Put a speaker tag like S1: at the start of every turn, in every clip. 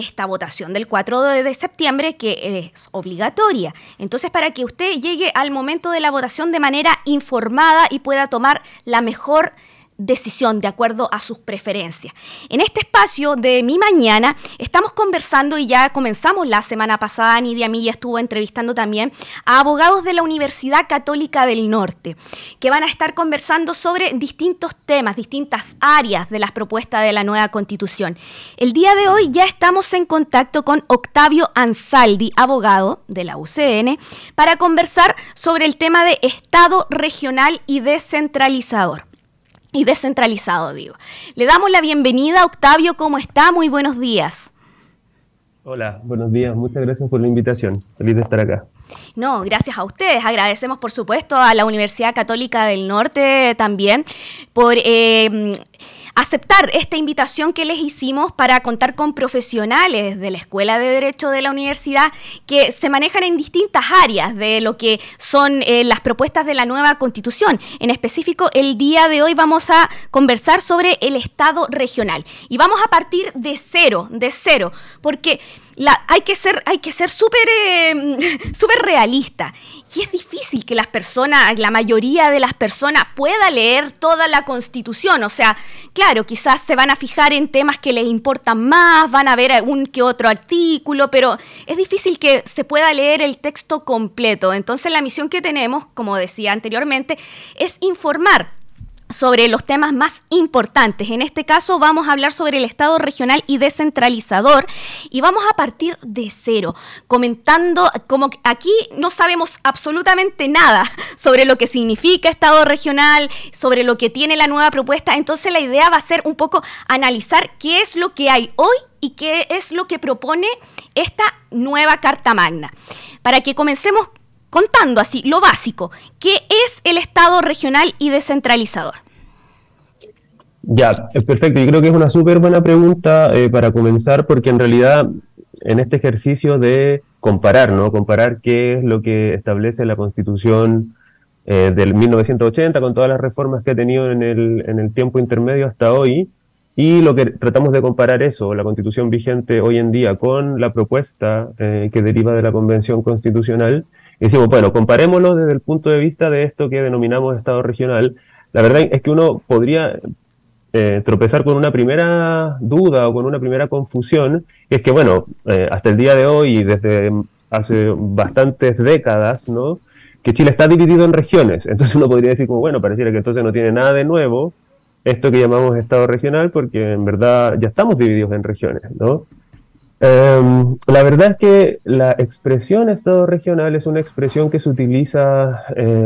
S1: esta votación del 4 de septiembre que es obligatoria. Entonces, para que usted llegue al momento de la votación de manera informada y pueda tomar la mejor decisión de acuerdo a sus preferencias. En este espacio de Mi Mañana estamos conversando, y ya comenzamos la semana pasada, Nidia Milla estuvo entrevistando también a abogados de la Universidad Católica del Norte, que van a estar conversando sobre distintos temas, distintas áreas de las propuestas de la nueva Constitución. El día de hoy ya estamos en contacto con Octavio Ansaldi, abogado de la UCN, para conversar sobre el tema de Estado regional y descentralizado, digo. Le damos la bienvenida, Octavio, ¿cómo está? Muy buenos días.
S2: Hola, buenos días, muchas gracias por la invitación, feliz de estar acá.
S1: No, gracias a ustedes, agradecemos por supuesto a la Universidad Católica del Norte también por aceptar esta invitación que les hicimos para contar con profesionales de la Escuela de Derecho de la universidad que se manejan en distintas áreas de lo que son las propuestas de la nueva Constitución. En específico, el día de hoy vamos a conversar sobre el Estado regional y vamos a partir de cero, porque hay que ser súper realista, y es difícil que la mayoría de las personas pueda leer toda la Constitución. O sea, claro, quizás se van a fijar en temas que les importan más, van a ver un que otro artículo, pero es difícil que se pueda leer el texto completo. Entonces, la misión que tenemos, como decía anteriormente, es informar sobre los temas más importantes. En este caso vamos a hablar sobre el Estado regional y descentralizador, y vamos a partir de cero, comentando como aquí no sabemos absolutamente nada sobre lo que significa Estado regional, sobre lo que tiene la nueva propuesta. Entonces la idea va a ser un poco analizar qué es lo que hay hoy y qué es lo que propone esta nueva Carta Magna. Para que comencemos contando así lo básico, ¿qué es el Estado regional y descentralizador?
S2: Ya, perfecto. Yo creo que es una súper buena pregunta para comenzar, porque en realidad en este ejercicio de comparar, ¿no? Comparar qué es lo que establece la Constitución del 1980 con todas las reformas que ha tenido en el tiempo intermedio hasta hoy, y lo que tratamos de comparar eso, la Constitución vigente hoy en día, con la propuesta que deriva de la Convención Constitucional. Y decimos, bueno, comparémoslo desde el punto de vista de esto que denominamos Estado regional. La verdad es que uno podría tropezar con una primera duda o con una primera confusión, y es que, bueno, hasta el día de hoy y desde hace bastantes décadas, ¿no?, que Chile está dividido en regiones. Entonces uno podría decir como, bueno, pareciera que entonces no tiene nada de nuevo esto que llamamos Estado regional, porque en verdad ya estamos divididos en regiones, ¿no? La verdad es que la expresión Estado regional es una expresión que se utiliza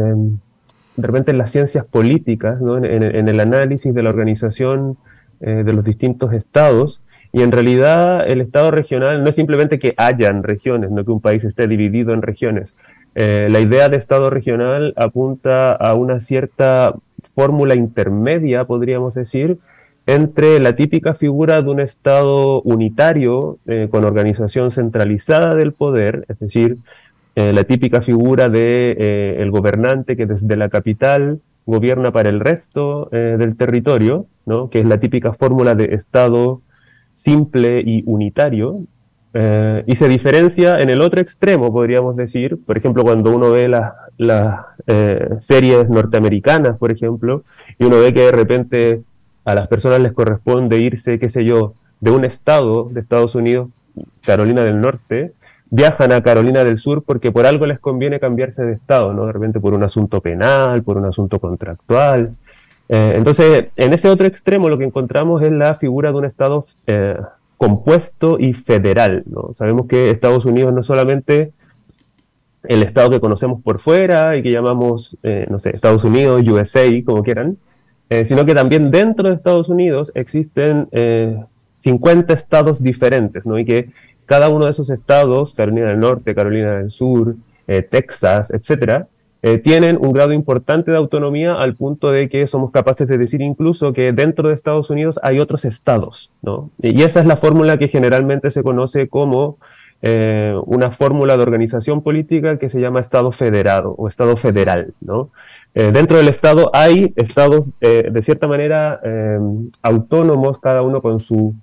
S2: de repente en las ciencias políticas, ¿no? En el análisis de la organización de los distintos estados, y en realidad el Estado regional no es simplemente que hayan regiones, no que un país esté dividido en regiones. La idea de Estado regional apunta a una cierta fórmula intermedia, podríamos decir, entre la típica figura de un Estado unitario con organización centralizada del poder, es decir, la típica figura de el gobernante que desde la capital gobierna para el resto del territorio, ¿no?, que es la típica fórmula de Estado simple y unitario, y se diferencia en el otro extremo, podríamos decir, por ejemplo, cuando uno ve las series norteamericanas, por ejemplo, y uno ve que de repente a las personas les corresponde irse, qué sé yo, de un estado de Estados Unidos, Carolina del Norte, viajan a Carolina del Sur porque por algo les conviene cambiarse de estado, ¿no? De repente por un asunto penal, por un asunto contractual. Entonces, en ese otro extremo lo que encontramos es la figura de un estado compuesto y federal, ¿no? Sabemos que Estados Unidos no solamente el estado que conocemos por fuera y que llamamos, no sé, Estados Unidos, USA, como quieran, sino que también dentro de Estados Unidos existen 50 estados diferentes, ¿no? Y que cada uno de esos estados, Carolina del Norte, Carolina del Sur, Texas, etcétera, tienen un grado importante de autonomía al punto de que somos capaces de decir incluso que dentro de Estados Unidos hay otros estados, ¿no? Y esa es la fórmula que generalmente se conoce como una fórmula de organización política que se llama Estado federado o Estado federal, ¿no? Dentro del Estado hay estados de cierta manera autónomos, cada uno con su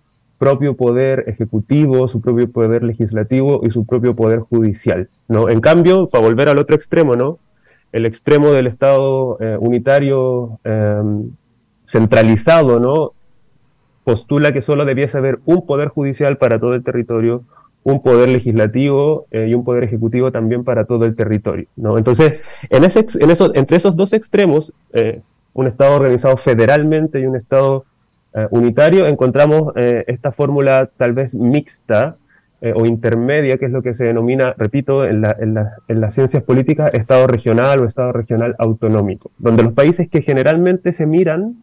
S2: propio poder ejecutivo, su propio poder legislativo y su propio poder judicial, ¿no? En cambio, para volver al otro extremo, ¿no? El extremo del Estado unitario centralizado, ¿no? Postula que solo debiese haber un poder judicial para todo el territorio, un poder legislativo y un poder ejecutivo también para todo el territorio, ¿no? Entonces, entre esos dos extremos, un Estado organizado federalmente y un Estado unitario, encontramos esta fórmula tal vez mixta o intermedia, que es lo que se denomina, repito, en las ciencias políticas, Estado regional o Estado regional autonómico, donde los países que generalmente se miran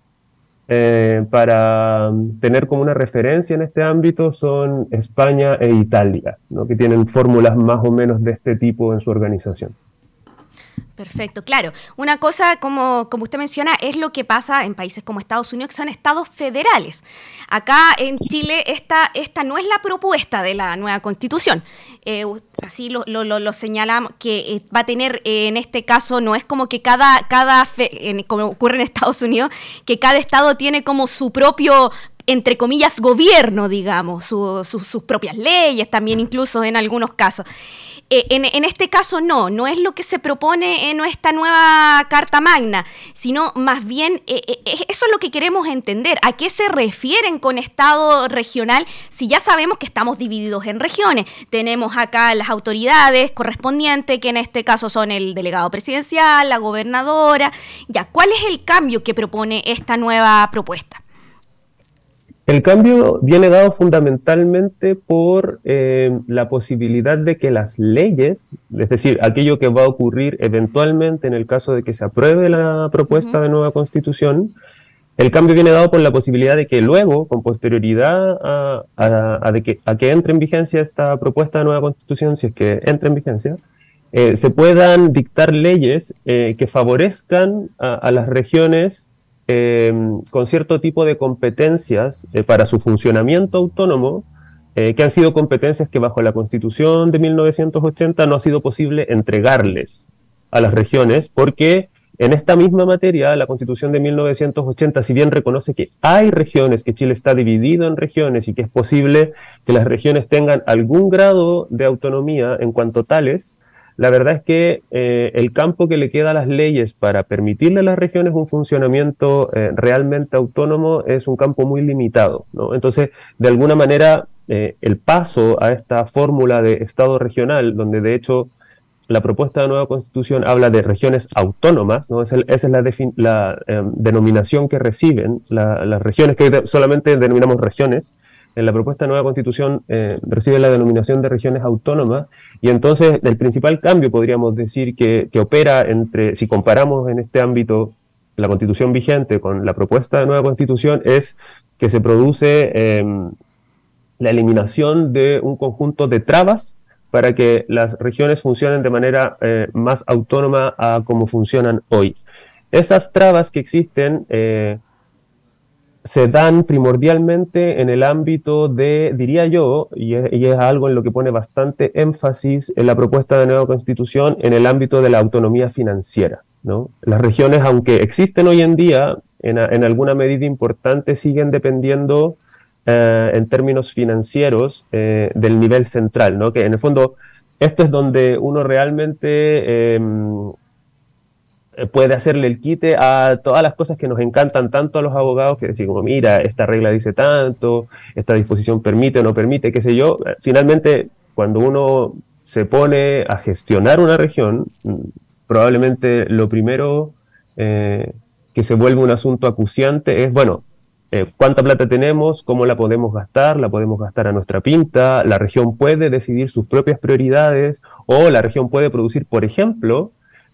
S2: para tener como una referencia en este ámbito son España e Italia, ¿no? Que tienen fórmulas más o menos de este tipo en su organización.
S1: Perfecto, claro. Una cosa, como usted menciona, es lo que pasa en países como Estados Unidos, que son estados federales. Acá en Chile, esta no es la propuesta de la nueva Constitución. Así lo señalamos, que va a tener, en este caso, no es como que como ocurre en Estados Unidos, que cada estado tiene como su propio, entre comillas, gobierno, digamos, sus propias leyes también, incluso en algunos casos. En este caso no es lo que se propone en esta nueva Carta Magna, sino más bien, eso es lo que queremos entender. ¿A qué se refieren con Estado regional si ya sabemos que estamos divididos en regiones? Tenemos acá las autoridades correspondientes, que en este caso son el delegado presidencial, la gobernadora. Ya, ¿cuál es el cambio que propone esta nueva propuesta?
S2: El cambio viene dado fundamentalmente por la posibilidad de que las leyes, es decir, aquello que va a ocurrir eventualmente en el caso de que se apruebe la propuesta de nueva Constitución, el cambio viene dado por la posibilidad de que luego, con posterioridad a que entre en vigencia esta propuesta de nueva Constitución, si es que entra en vigencia, se puedan dictar leyes que favorezcan a las regiones con cierto tipo de competencias para su funcionamiento autónomo, que han sido competencias que bajo la Constitución de 1980 no ha sido posible entregarles a las regiones, porque en esta misma materia la Constitución de 1980, si bien reconoce que hay regiones, que Chile está dividido en regiones y que es posible que las regiones tengan algún grado de autonomía en cuanto tales, la verdad es que el campo que le queda a las leyes para permitirle a las regiones un funcionamiento realmente autónomo es un campo muy limitado, ¿no? Entonces, de alguna manera, el paso a esta fórmula de Estado regional, donde de hecho la propuesta de nueva Constitución habla de regiones autónomas, ¿no? Esa es la denominación que reciben las regiones, que solamente denominamos regiones. En la propuesta de nueva Constitución recibe la denominación de regiones autónomas, y entonces el principal cambio, podríamos decir, que opera entre, si comparamos en este ámbito la Constitución vigente con la propuesta de nueva Constitución, es que se produce la eliminación de un conjunto de trabas para que las regiones funcionen de manera más autónoma a como funcionan hoy. Esas trabas que existen se dan primordialmente en el ámbito de, diría yo, y es algo en lo que pone bastante énfasis en la propuesta de nueva Constitución, en el ámbito de la autonomía financiera, ¿no? Las regiones, aunque existen hoy en día, en alguna medida importante, siguen dependiendo en términos financieros del nivel central, ¿no? Que en el fondo esto es donde uno realmente puede hacerle el quite a todas las cosas que nos encantan tanto a los abogados, que decimos, mira, esta regla dice tanto, esta disposición permite o no permite, qué sé yo. Finalmente, cuando uno se pone a gestionar una región, probablemente lo primero que se vuelve un asunto acuciante es, bueno, cuánta plata tenemos, cómo la podemos gastar a nuestra pinta, la región puede decidir sus propias prioridades, o la región puede producir, por ejemplo,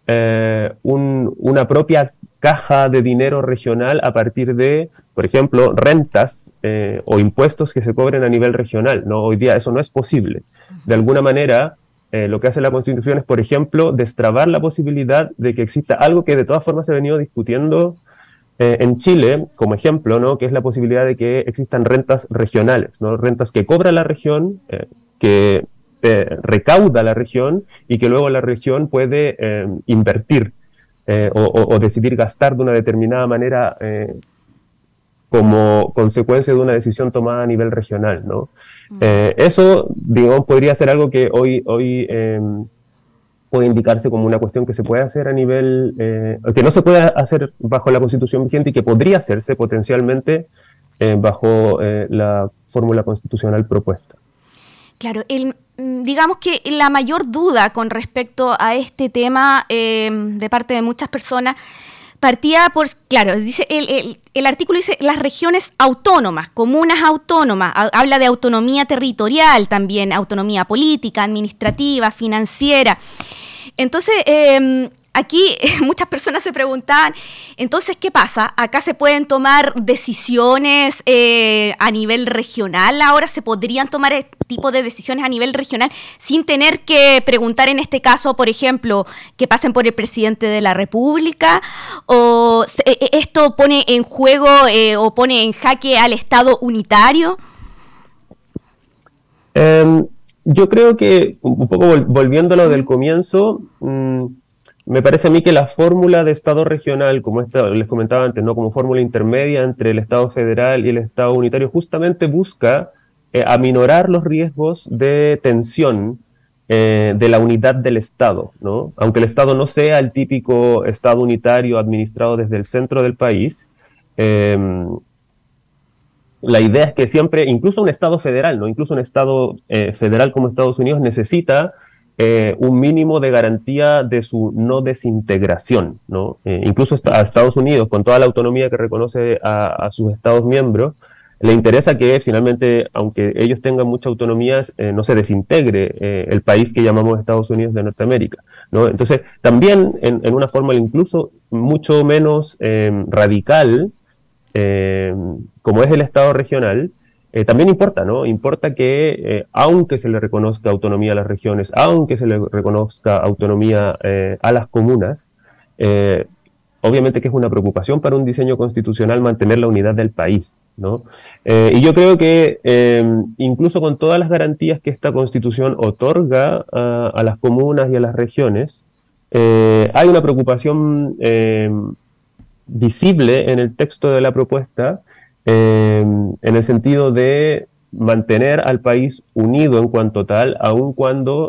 S2: una propia caja de dinero regional a partir de, por ejemplo, rentas o impuestos que se cobren a nivel regional, ¿no? Hoy día eso no es posible. De alguna manera, lo que hace la Constitución es, por ejemplo, destrabar la posibilidad de que exista algo que de todas formas se ha venido discutiendo en Chile, como ejemplo, ¿no? Que es la posibilidad de que existan rentas regionales, ¿no? Rentas que cobra la región, que recauda la región y que luego la región puede invertir o decidir gastar de una determinada manera como consecuencia de una decisión tomada a nivel regional, ¿no? Eso, digamos, podría ser algo que hoy puede indicarse como una cuestión que se puede hacer a nivel, que no se puede hacer bajo la Constitución vigente y que podría hacerse potencialmente bajo la fórmula constitucional propuesta.
S1: Claro, digamos que la mayor duda con respecto a este tema de parte de muchas personas partía por, claro, dice el artículo dice las regiones autónomas, comunas autónomas, habla de autonomía territorial también, autonomía política, administrativa, financiera. Entonces, aquí muchas personas se preguntaban, entonces, ¿qué pasa? ¿Acá se pueden tomar decisiones a nivel regional? ¿Ahora se podrían tomar este tipo de decisiones a nivel regional sin tener que preguntar en este caso, por ejemplo, que pasen por el presidente de la República? ¿O esto pone en juego o pone en jaque al Estado unitario?
S2: Yo creo que, un poco volviéndolo del comienzo, me parece a mí que la fórmula de Estado regional, como les comentaba antes, ¿no? Como fórmula intermedia entre el Estado federal y el Estado unitario, justamente busca aminorar los riesgos de tensión de la unidad del Estado, ¿no? Aunque el Estado no sea el típico Estado unitario administrado desde el centro del país, la idea es que siempre, incluso un Estado federal, ¿no? Incluso un Estado federal como Estados Unidos necesita un mínimo de garantía de su no desintegración, ¿no? Incluso a Estados Unidos, con toda la autonomía que reconoce a sus Estados miembros, le interesa que finalmente, aunque ellos tengan mucha autonomía, no se desintegre el país que llamamos Estados Unidos de Norteamérica, ¿no? Entonces, también en una forma incluso mucho menos radical, como es el Estado regional, también importa, ¿no? Importa que, aunque se le reconozca autonomía a las regiones, aunque se le reconozca autonomía a las comunas, obviamente que es una preocupación para un diseño constitucional mantener la unidad del país, ¿no? Y yo creo que incluso con todas las garantías que esta Constitución otorga a las comunas y a las regiones, hay una preocupación visible en el texto de la propuesta, en el sentido de mantener al país unido en cuanto tal, aun cuando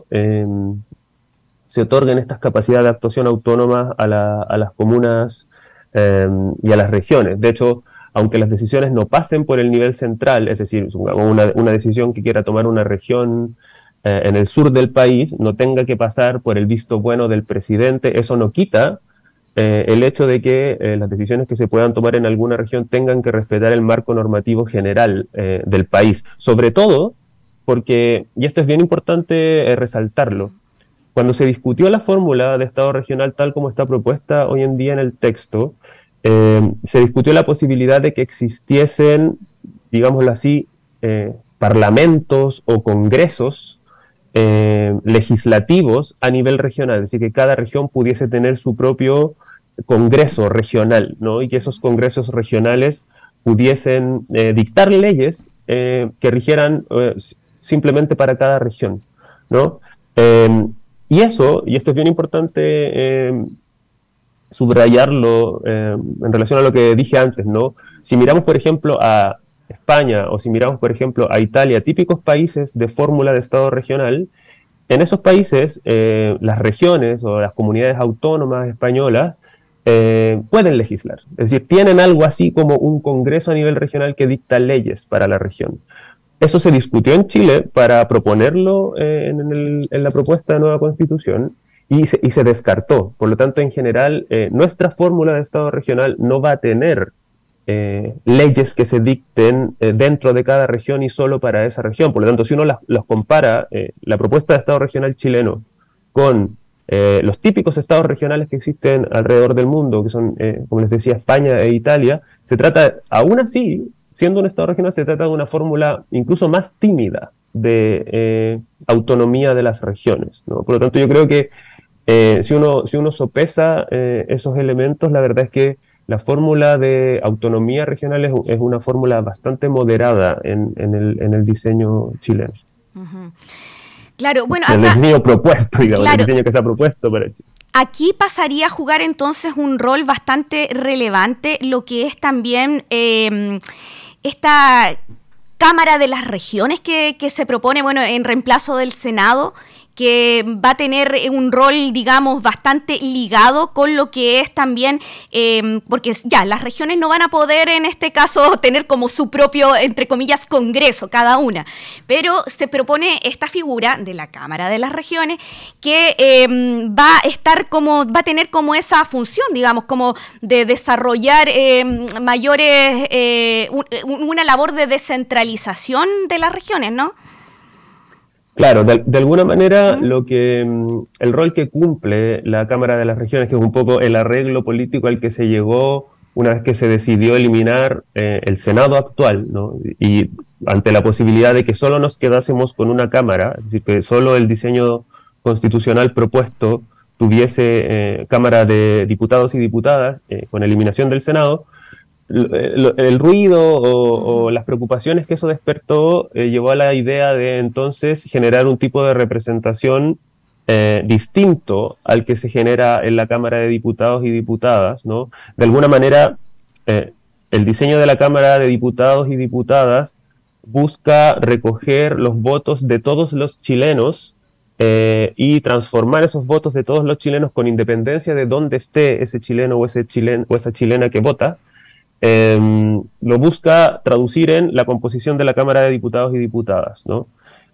S2: se otorguen estas capacidades de actuación autónomas a las comunas y a las regiones. De hecho, aunque las decisiones no pasen por el nivel central, es decir, una decisión que quiera tomar una región en el sur del país, no tenga que pasar por el visto bueno del presidente, eso no quita el hecho de que las decisiones que se puedan tomar en alguna región tengan que respetar el marco normativo general del país. Sobre todo porque, y esto es bien importante resaltarlo, cuando se discutió la fórmula de Estado regional tal como está propuesta hoy en día en el texto, se discutió la posibilidad de que existiesen, digámoslo así, parlamentos o congresos legislativos a nivel regional, es decir, que cada región pudiese tener su propio congreso regional, ¿no? Y que esos congresos regionales pudiesen dictar leyes que rigieran simplemente para cada región, ¿no? Y esto es bien importante subrayarlo en relación a lo que dije antes, ¿no? Si miramos, por ejemplo, a España o si miramos, por ejemplo, a Italia, típicos países de fórmula de Estado regional, en esos países las regiones o las comunidades autónomas españolas pueden legislar. Es decir, tienen algo así como un congreso a nivel regional que dicta leyes para la región. Eso se discutió en Chile para proponerlo en la propuesta de nueva constitución y se descartó. Por lo tanto, en general, nuestra fórmula de Estado regional no va a tener leyes que se dicten dentro de cada región y solo para esa región. Por lo tanto, si uno los compara, la propuesta de Estado regional chileno con los típicos estados regionales que existen alrededor del mundo, que son, como les decía, España e Italia, se trata, aún así, siendo un estado regional, se trata de una fórmula incluso más tímida de autonomía de las regiones, ¿no? Por lo tanto, yo creo que si uno sopesa esos elementos, la verdad es que la fórmula de autonomía regional es una fórmula bastante moderada en el diseño chileno.
S1: Uh-huh. Claro, bueno,
S2: del
S1: acá,
S2: diseño propuesto, digamos,
S1: claro,
S2: el diseño que se ha propuesto para Chile.
S1: aquí pasaría a jugar entonces un rol bastante relevante lo que es también esta Cámara de las Regiones que se propone, bueno, en reemplazo del Senado, que va a tener un rol, digamos, bastante ligado con lo que es también, porque ya, las regiones no van a poder en este caso tener como su propio, entre comillas, congreso cada una, pero se propone esta figura de la Cámara de las Regiones que va a tener como esa función, digamos, como de desarrollar mayores, una labor de descentralización de las regiones, ¿no?
S2: Claro, de alguna manera el rol que cumple la Cámara de las Regiones, que es un poco el arreglo político al que se llegó una vez que se decidió eliminar el Senado actual, ¿no? Y ante la posibilidad de que solo nos quedásemos con una Cámara, es decir, que solo el diseño constitucional propuesto tuviese Cámara de Diputados y Diputadas, con eliminación del Senado, el ruido o las preocupaciones que eso despertó llevó a la idea de entonces generar un tipo de representación distinto al que se genera en la Cámara de Diputados y Diputadas, ¿no? De alguna manera, el diseño de la Cámara de Diputados y Diputadas busca recoger los votos de todos los chilenos y transformar esos votos de todos los chilenos con independencia de dónde esté ese chileno o esa chilena que vota. Lo busca traducir en la composición de la Cámara de Diputados y Diputadas, ¿no?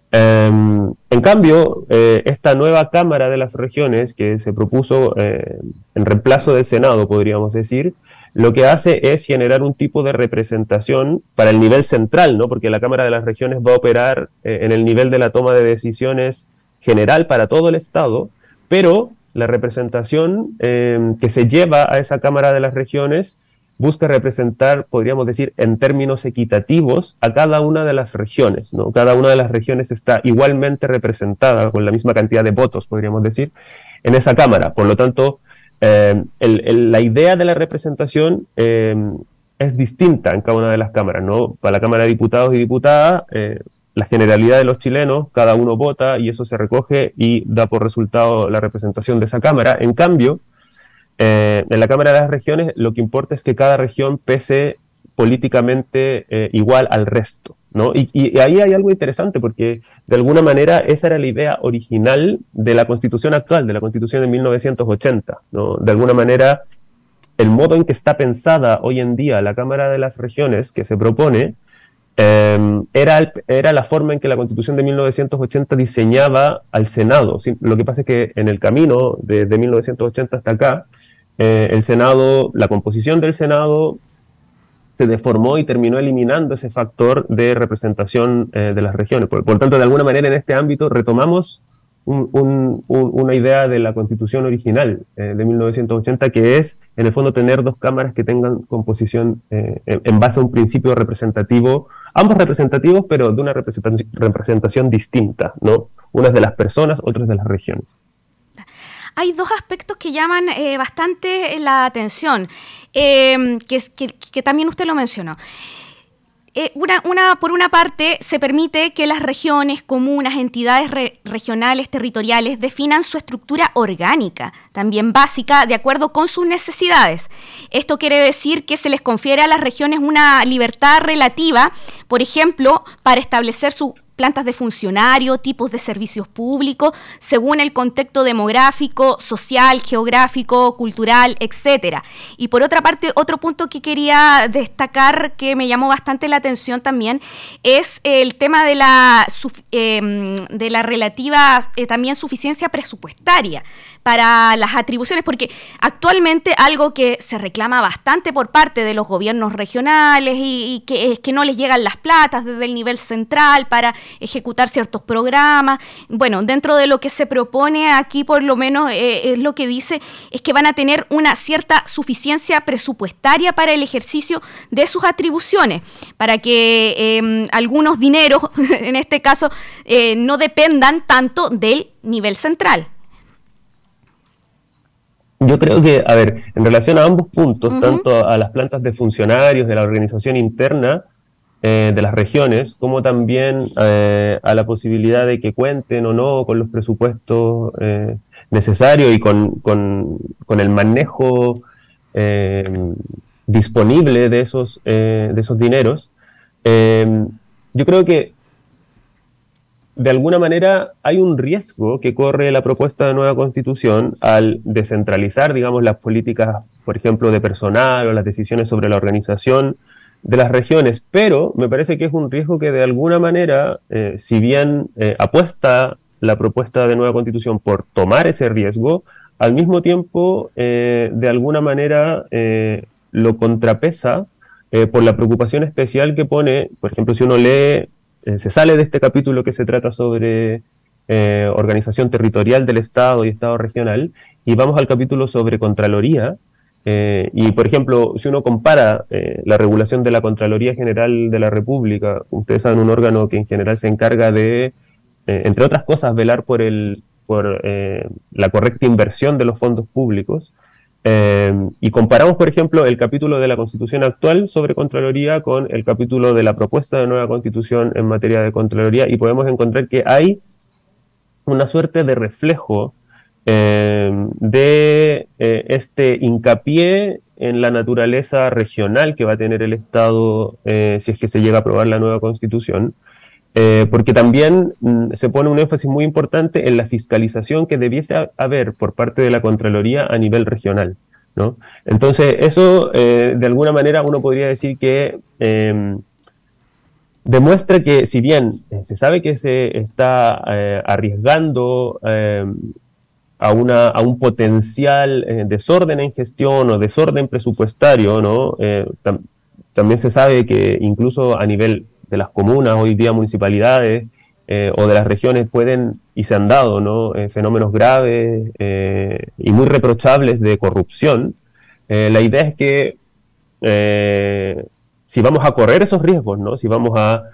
S2: En cambio, esta nueva Cámara de las Regiones que se propuso en reemplazo del Senado, podríamos decir, lo que hace es generar un tipo de representación para el nivel central, ¿no? Porque la Cámara de las Regiones va a operar en el nivel de la toma de decisiones general para todo el Estado, pero la representación que se lleva a esa Cámara de las Regiones busca representar, podríamos decir, en términos equitativos a cada una de las regiones, ¿no? Cada una de las regiones está igualmente representada, con la misma cantidad de votos, podríamos decir, en esa Cámara. Por lo tanto, la idea de la representación es distinta en cada una de las cámaras, ¿no? Para la Cámara de Diputados y Diputadas, la generalidad de los chilenos, cada uno vota y eso se recoge y da por resultado la representación de esa Cámara. En cambio, en la Cámara de las Regiones lo que importa es que cada región pese políticamente igual al resto, ¿no? Y ahí hay algo interesante porque de alguna manera esa era la idea original de la Constitución actual, de la Constitución de 1980, ¿no? De alguna manera el modo en que está pensada hoy en día la Cámara de las Regiones que se propone era la forma en que la Constitución de 1980 diseñaba al Senado. Lo que pasa es que en el camino de 1980 hasta acá, el Senado, la composición del Senado se deformó y terminó eliminando ese factor de representación de las regiones. Por tanto, de alguna manera en este ámbito retomamos una idea de la Constitución original de 1980, que es, en el fondo, tener dos cámaras que tengan composición en base a un principio representativo, ambos representativos, pero de una representación distinta, ¿no? Unas de las personas, otras de las regiones.
S1: Hay dos aspectos que llaman bastante la atención, que también usted lo mencionó. Por una parte, se permite que las regiones, comunas, entidades regionales, territoriales, definan su estructura orgánica, también básica, de acuerdo con sus necesidades. Esto quiere decir que se les confiere a las regiones una libertad relativa, por ejemplo, para establecer sus plantas de funcionario, tipos de servicios públicos, según el contexto demográfico, social, geográfico, cultural, etcétera. Y por otra parte, otro punto que quería destacar que me llamó bastante la atención también es el tema de la relativa también suficiencia presupuestaria para las atribuciones, porque actualmente algo que se reclama bastante por parte de los gobiernos regionales y que es que no les llegan las platas desde el nivel central para ejecutar ciertos programas. Bueno, dentro de lo que se propone aquí, por lo menos es lo que dice, es que van a tener una cierta suficiencia presupuestaria para el ejercicio de sus atribuciones, para que algunos dineros, en este caso, no dependan tanto del nivel central.
S2: Yo creo que, a ver, en relación a ambos puntos, tanto a las plantas de funcionarios de la organización interna, de las regiones, como también a la posibilidad de que cuenten o no con los presupuestos necesarios y con el manejo disponible de esos dineros. Yo creo que de alguna manera hay un riesgo que corre la propuesta de nueva constitución al descentralizar, digamos, las políticas, por ejemplo, de personal o las decisiones sobre la organización de las regiones, pero me parece que es un riesgo que de alguna manera, si bien apuesta la propuesta de nueva constitución por tomar ese riesgo, al mismo tiempo, de alguna manera, lo contrapesa por la preocupación especial que pone, por ejemplo, si uno lee, se sale de este capítulo que se trata sobre organización territorial del Estado y Estado regional, y vamos al capítulo sobre Contraloría. Y, por ejemplo, si uno compara la regulación de la Contraloría General de la República, ustedes saben, un órgano que en general se encarga de, entre otras cosas, velar por la correcta inversión de los fondos públicos, y comparamos, por ejemplo, el capítulo de la Constitución actual sobre Contraloría con el capítulo de la propuesta de nueva Constitución en materia de Contraloría, y podemos encontrar que hay una suerte de reflejo de este hincapié en la naturaleza regional que va a tener el Estado si es que se llega a aprobar la nueva Constitución, porque también se pone un énfasis muy importante en la fiscalización que debiese haber por parte de la Contraloría a nivel regional, ¿no? Entonces, eso, de alguna manera, uno podría decir que demuestra que, si bien se sabe que se está arriesgando a un potencial desorden en gestión o desorden presupuestario, ¿no? También se sabe que incluso a nivel de las comunas, hoy día municipalidades o de las regiones pueden y se han dado, ¿no? Fenómenos graves y muy reprochables de corrupción. La idea es que si vamos a correr esos riesgos, ¿no? Si vamos a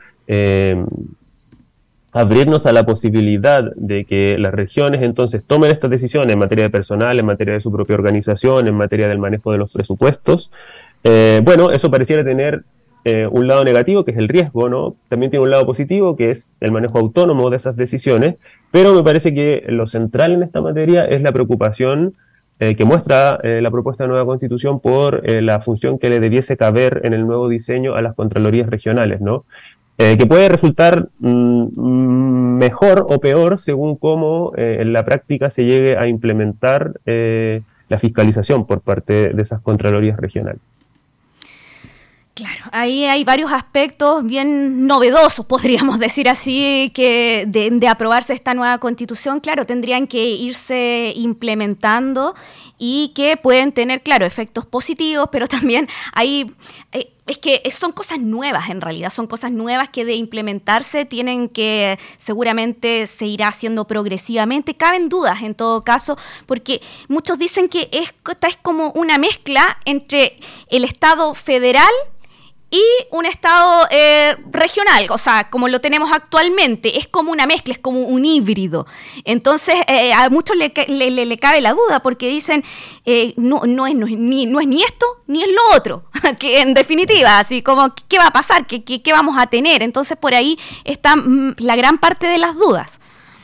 S2: abrirnos a la posibilidad de que las regiones entonces tomen estas decisiones en materia de personal, en materia de su propia organización, en materia del manejo de los presupuestos, bueno, eso pareciera tener un lado negativo, que es el riesgo, ¿no? También tiene un lado positivo, que es el manejo autónomo de esas decisiones, pero me parece que lo central en esta materia es la preocupación que muestra la propuesta de nueva Constitución por la función que le debiese caber en el nuevo diseño a las contralorías regionales, ¿no? Que puede resultar mejor o peor según cómo en la práctica se llegue a implementar la fiscalización por parte de esas contralorías regionales.
S1: Claro, ahí hay varios aspectos bien novedosos, podríamos decir así, que de aprobarse esta nueva constitución, claro, tendrían que irse implementando y que pueden tener, claro, efectos positivos, pero también hay... Es que son cosas nuevas en realidad, son cosas nuevas que de implementarse tienen que, seguramente se irá haciendo progresivamente. Caben dudas en todo caso, porque muchos dicen que esta es como una mezcla entre el Estado federal y un Estado regional, o sea, como lo tenemos actualmente, es como una mezcla, es como un híbrido. Entonces, a muchos le cabe la duda, porque dicen, no es ni esto, ni es lo otro, que en definitiva, así como, ¿qué va a pasar? ¿Qué vamos a tener? Entonces, por ahí está la gran parte de las dudas.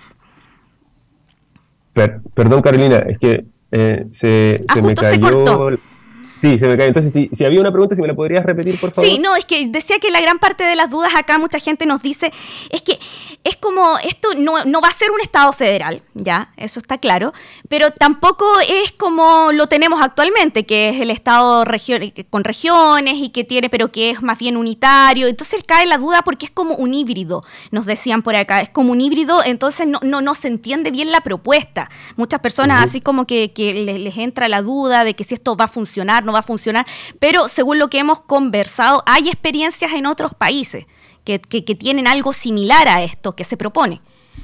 S2: Perdón, Carolina, es que se me cayó...
S1: Se cortó.
S2: Sí, se me cae. Entonces, si había una pregunta, si me la podrías repetir, por favor.
S1: Sí, no, es que decía que la gran parte de las dudas acá, mucha gente nos dice, es que es como, esto no va a ser un Estado federal, ya, eso está claro, pero tampoco es como lo tenemos actualmente, que es el Estado con regiones y que tiene, pero que es más bien unitario. Entonces cae la duda porque es como un híbrido, nos decían por acá, es como un híbrido, entonces no se entiende bien la propuesta. Muchas personas así como que les entra la duda de que si esto va a funcionar, no va a funcionar, pero según lo que hemos conversado, hay experiencias en otros países que tienen algo similar a esto que se propone.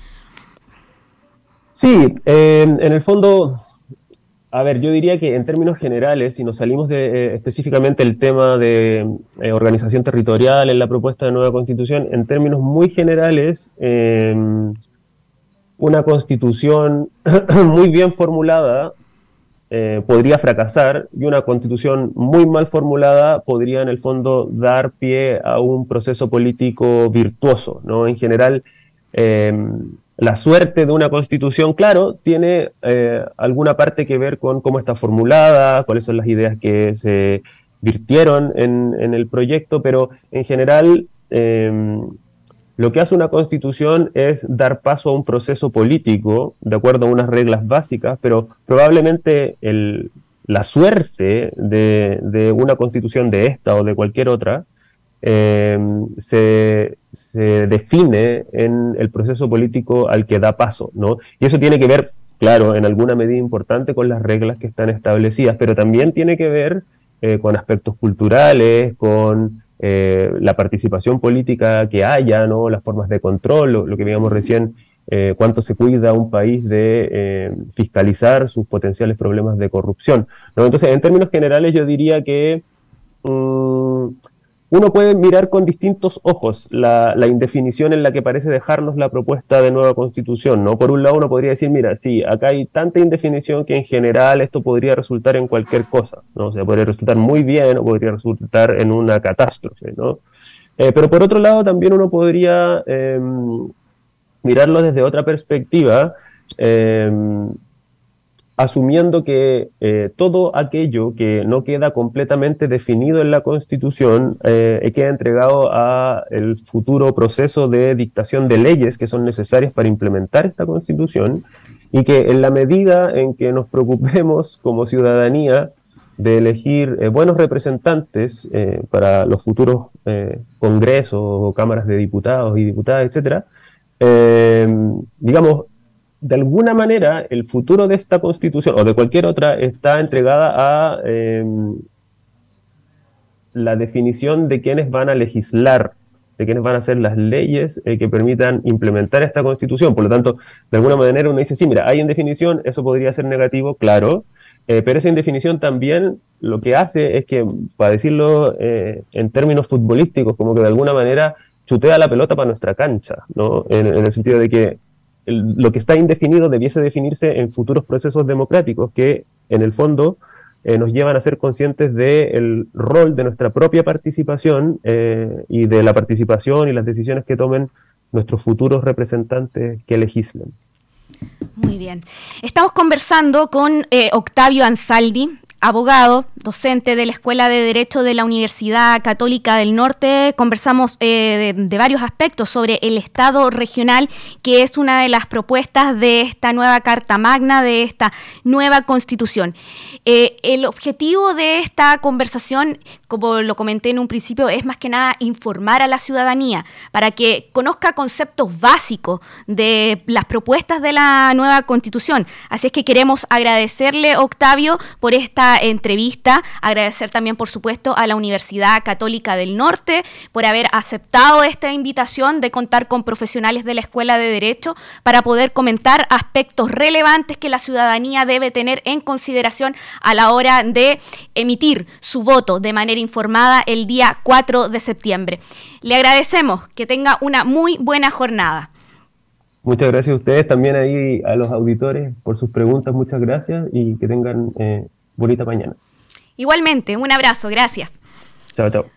S2: Sí, en el fondo, a ver, yo diría que en términos generales, si nos salimos de específicamente el tema de organización territorial en la propuesta de nueva constitución, en términos muy generales, una constitución muy bien formulada podría fracasar y una constitución muy mal formulada podría en el fondo dar pie a un proceso político virtuoso, ¿no? En general, la suerte de una constitución, claro, tiene alguna parte que ver con cómo está formulada, cuáles son las ideas que se virtieron en el proyecto, pero en general lo que hace una constitución es dar paso a un proceso político de acuerdo a unas reglas básicas, pero probablemente la suerte de una constitución de esta o de cualquier otra se define en el proceso político al que da paso, ¿no? Y eso tiene que ver, claro, en alguna medida importante con las reglas que están establecidas, pero también tiene que ver con aspectos culturales, con la participación política que haya, ¿no? Las formas de control, lo que veíamos recién, cuánto se cuida un país de fiscalizar sus potenciales problemas de corrupción, ¿no? Entonces, en términos generales, yo diría que uno puede mirar con distintos ojos la indefinición en la que parece dejarnos la propuesta de nueva constitución, ¿no? Por un lado uno podría decir, mira, sí, acá hay tanta indefinición que en general esto podría resultar en cualquier cosa, ¿no? O sea, podría resultar muy bien o podría resultar en una catástrofe, ¿no? Pero por otro lado también uno podría mirarlo desde otra perspectiva, asumiendo que todo aquello que no queda completamente definido en la Constitución queda entregado a el futuro proceso de dictación de leyes que son necesarias para implementar esta Constitución, y que en la medida en que nos preocupemos como ciudadanía de elegir buenos representantes para los futuros congresos o cámaras de diputados y diputadas, etcétera, digamos, de alguna manera, el futuro de esta Constitución, o de cualquier otra, está entregada a la definición de quiénes van a legislar, de quiénes van a hacer las leyes que permitan implementar esta Constitución. Por lo tanto, de alguna manera uno dice, sí, mira, hay indefinición, eso podría ser negativo, claro, pero esa indefinición también lo que hace es que, para decirlo en términos futbolísticos, como que de alguna manera chutea la pelota para nuestra cancha, ¿no? En el sentido de que lo que está indefinido debiese definirse en futuros procesos democráticos que, en el fondo, nos llevan a ser conscientes del rol de nuestra propia participación y de la participación y las decisiones que tomen nuestros futuros representantes que legislen.
S1: Muy bien. Estamos conversando con Octavio Ansaldi, abogado, docente de la Escuela de Derecho de la Universidad Católica del Norte. Conversamos de varios aspectos sobre el Estado regional, que es una de las propuestas de esta nueva Carta Magna, de esta nueva Constitución. El objetivo de esta conversación, como lo comenté en un principio, es más que nada informar a la ciudadanía para que conozca conceptos básicos de las propuestas de la nueva Constitución. Así es que queremos agradecerle, Octavio, por esta entrevista, agradecer también, por supuesto, a la Universidad Católica del Norte por haber aceptado esta invitación de contar con profesionales de la Escuela de Derecho para poder comentar aspectos relevantes que la ciudadanía debe tener en consideración a la hora de emitir su voto de manera informada el día 4 de septiembre. Le agradecemos, que tenga una muy buena jornada.
S2: Muchas gracias a ustedes, también ahí a los auditores por sus preguntas, muchas gracias y que tengan bonita mañana.
S1: Igualmente, un abrazo, gracias.
S2: Chao, chao.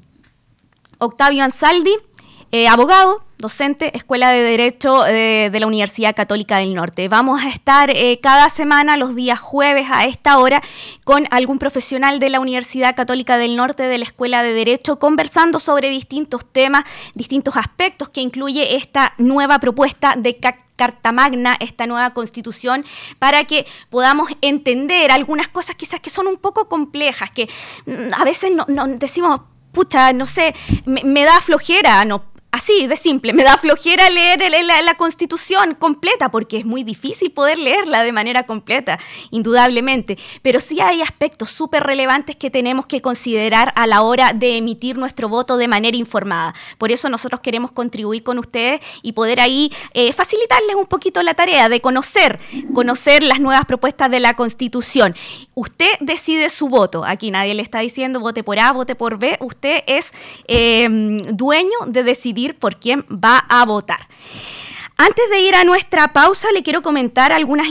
S1: Octavio Ansaldi, abogado, docente, Escuela de Derecho de la Universidad Católica del Norte. Vamos a estar cada semana, los días jueves a esta hora, con algún profesional de la Universidad Católica del Norte, de la Escuela de Derecho, conversando sobre distintos temas, distintos aspectos que incluye esta nueva propuesta de Carta Magna, esta nueva Constitución, para que podamos entender algunas cosas quizás que son un poco complejas, que a veces no decimos, pucha, no sé, me da flojera, no. Así de simple, me da flojera leer la Constitución completa porque es muy difícil poder leerla de manera completa, indudablemente. Pero sí hay aspectos súper relevantes que tenemos que considerar a la hora de emitir nuestro voto de manera informada. Por eso nosotros queremos contribuir con ustedes y poder ahí facilitarles un poquito la tarea de conocer las nuevas propuestas de la Constitución. Usted decide su voto. Aquí nadie le está diciendo vote por A, vote por B. Usted es dueño de decidir por quién va a votar. Antes de ir a nuestra pausa, le quiero comentar algunas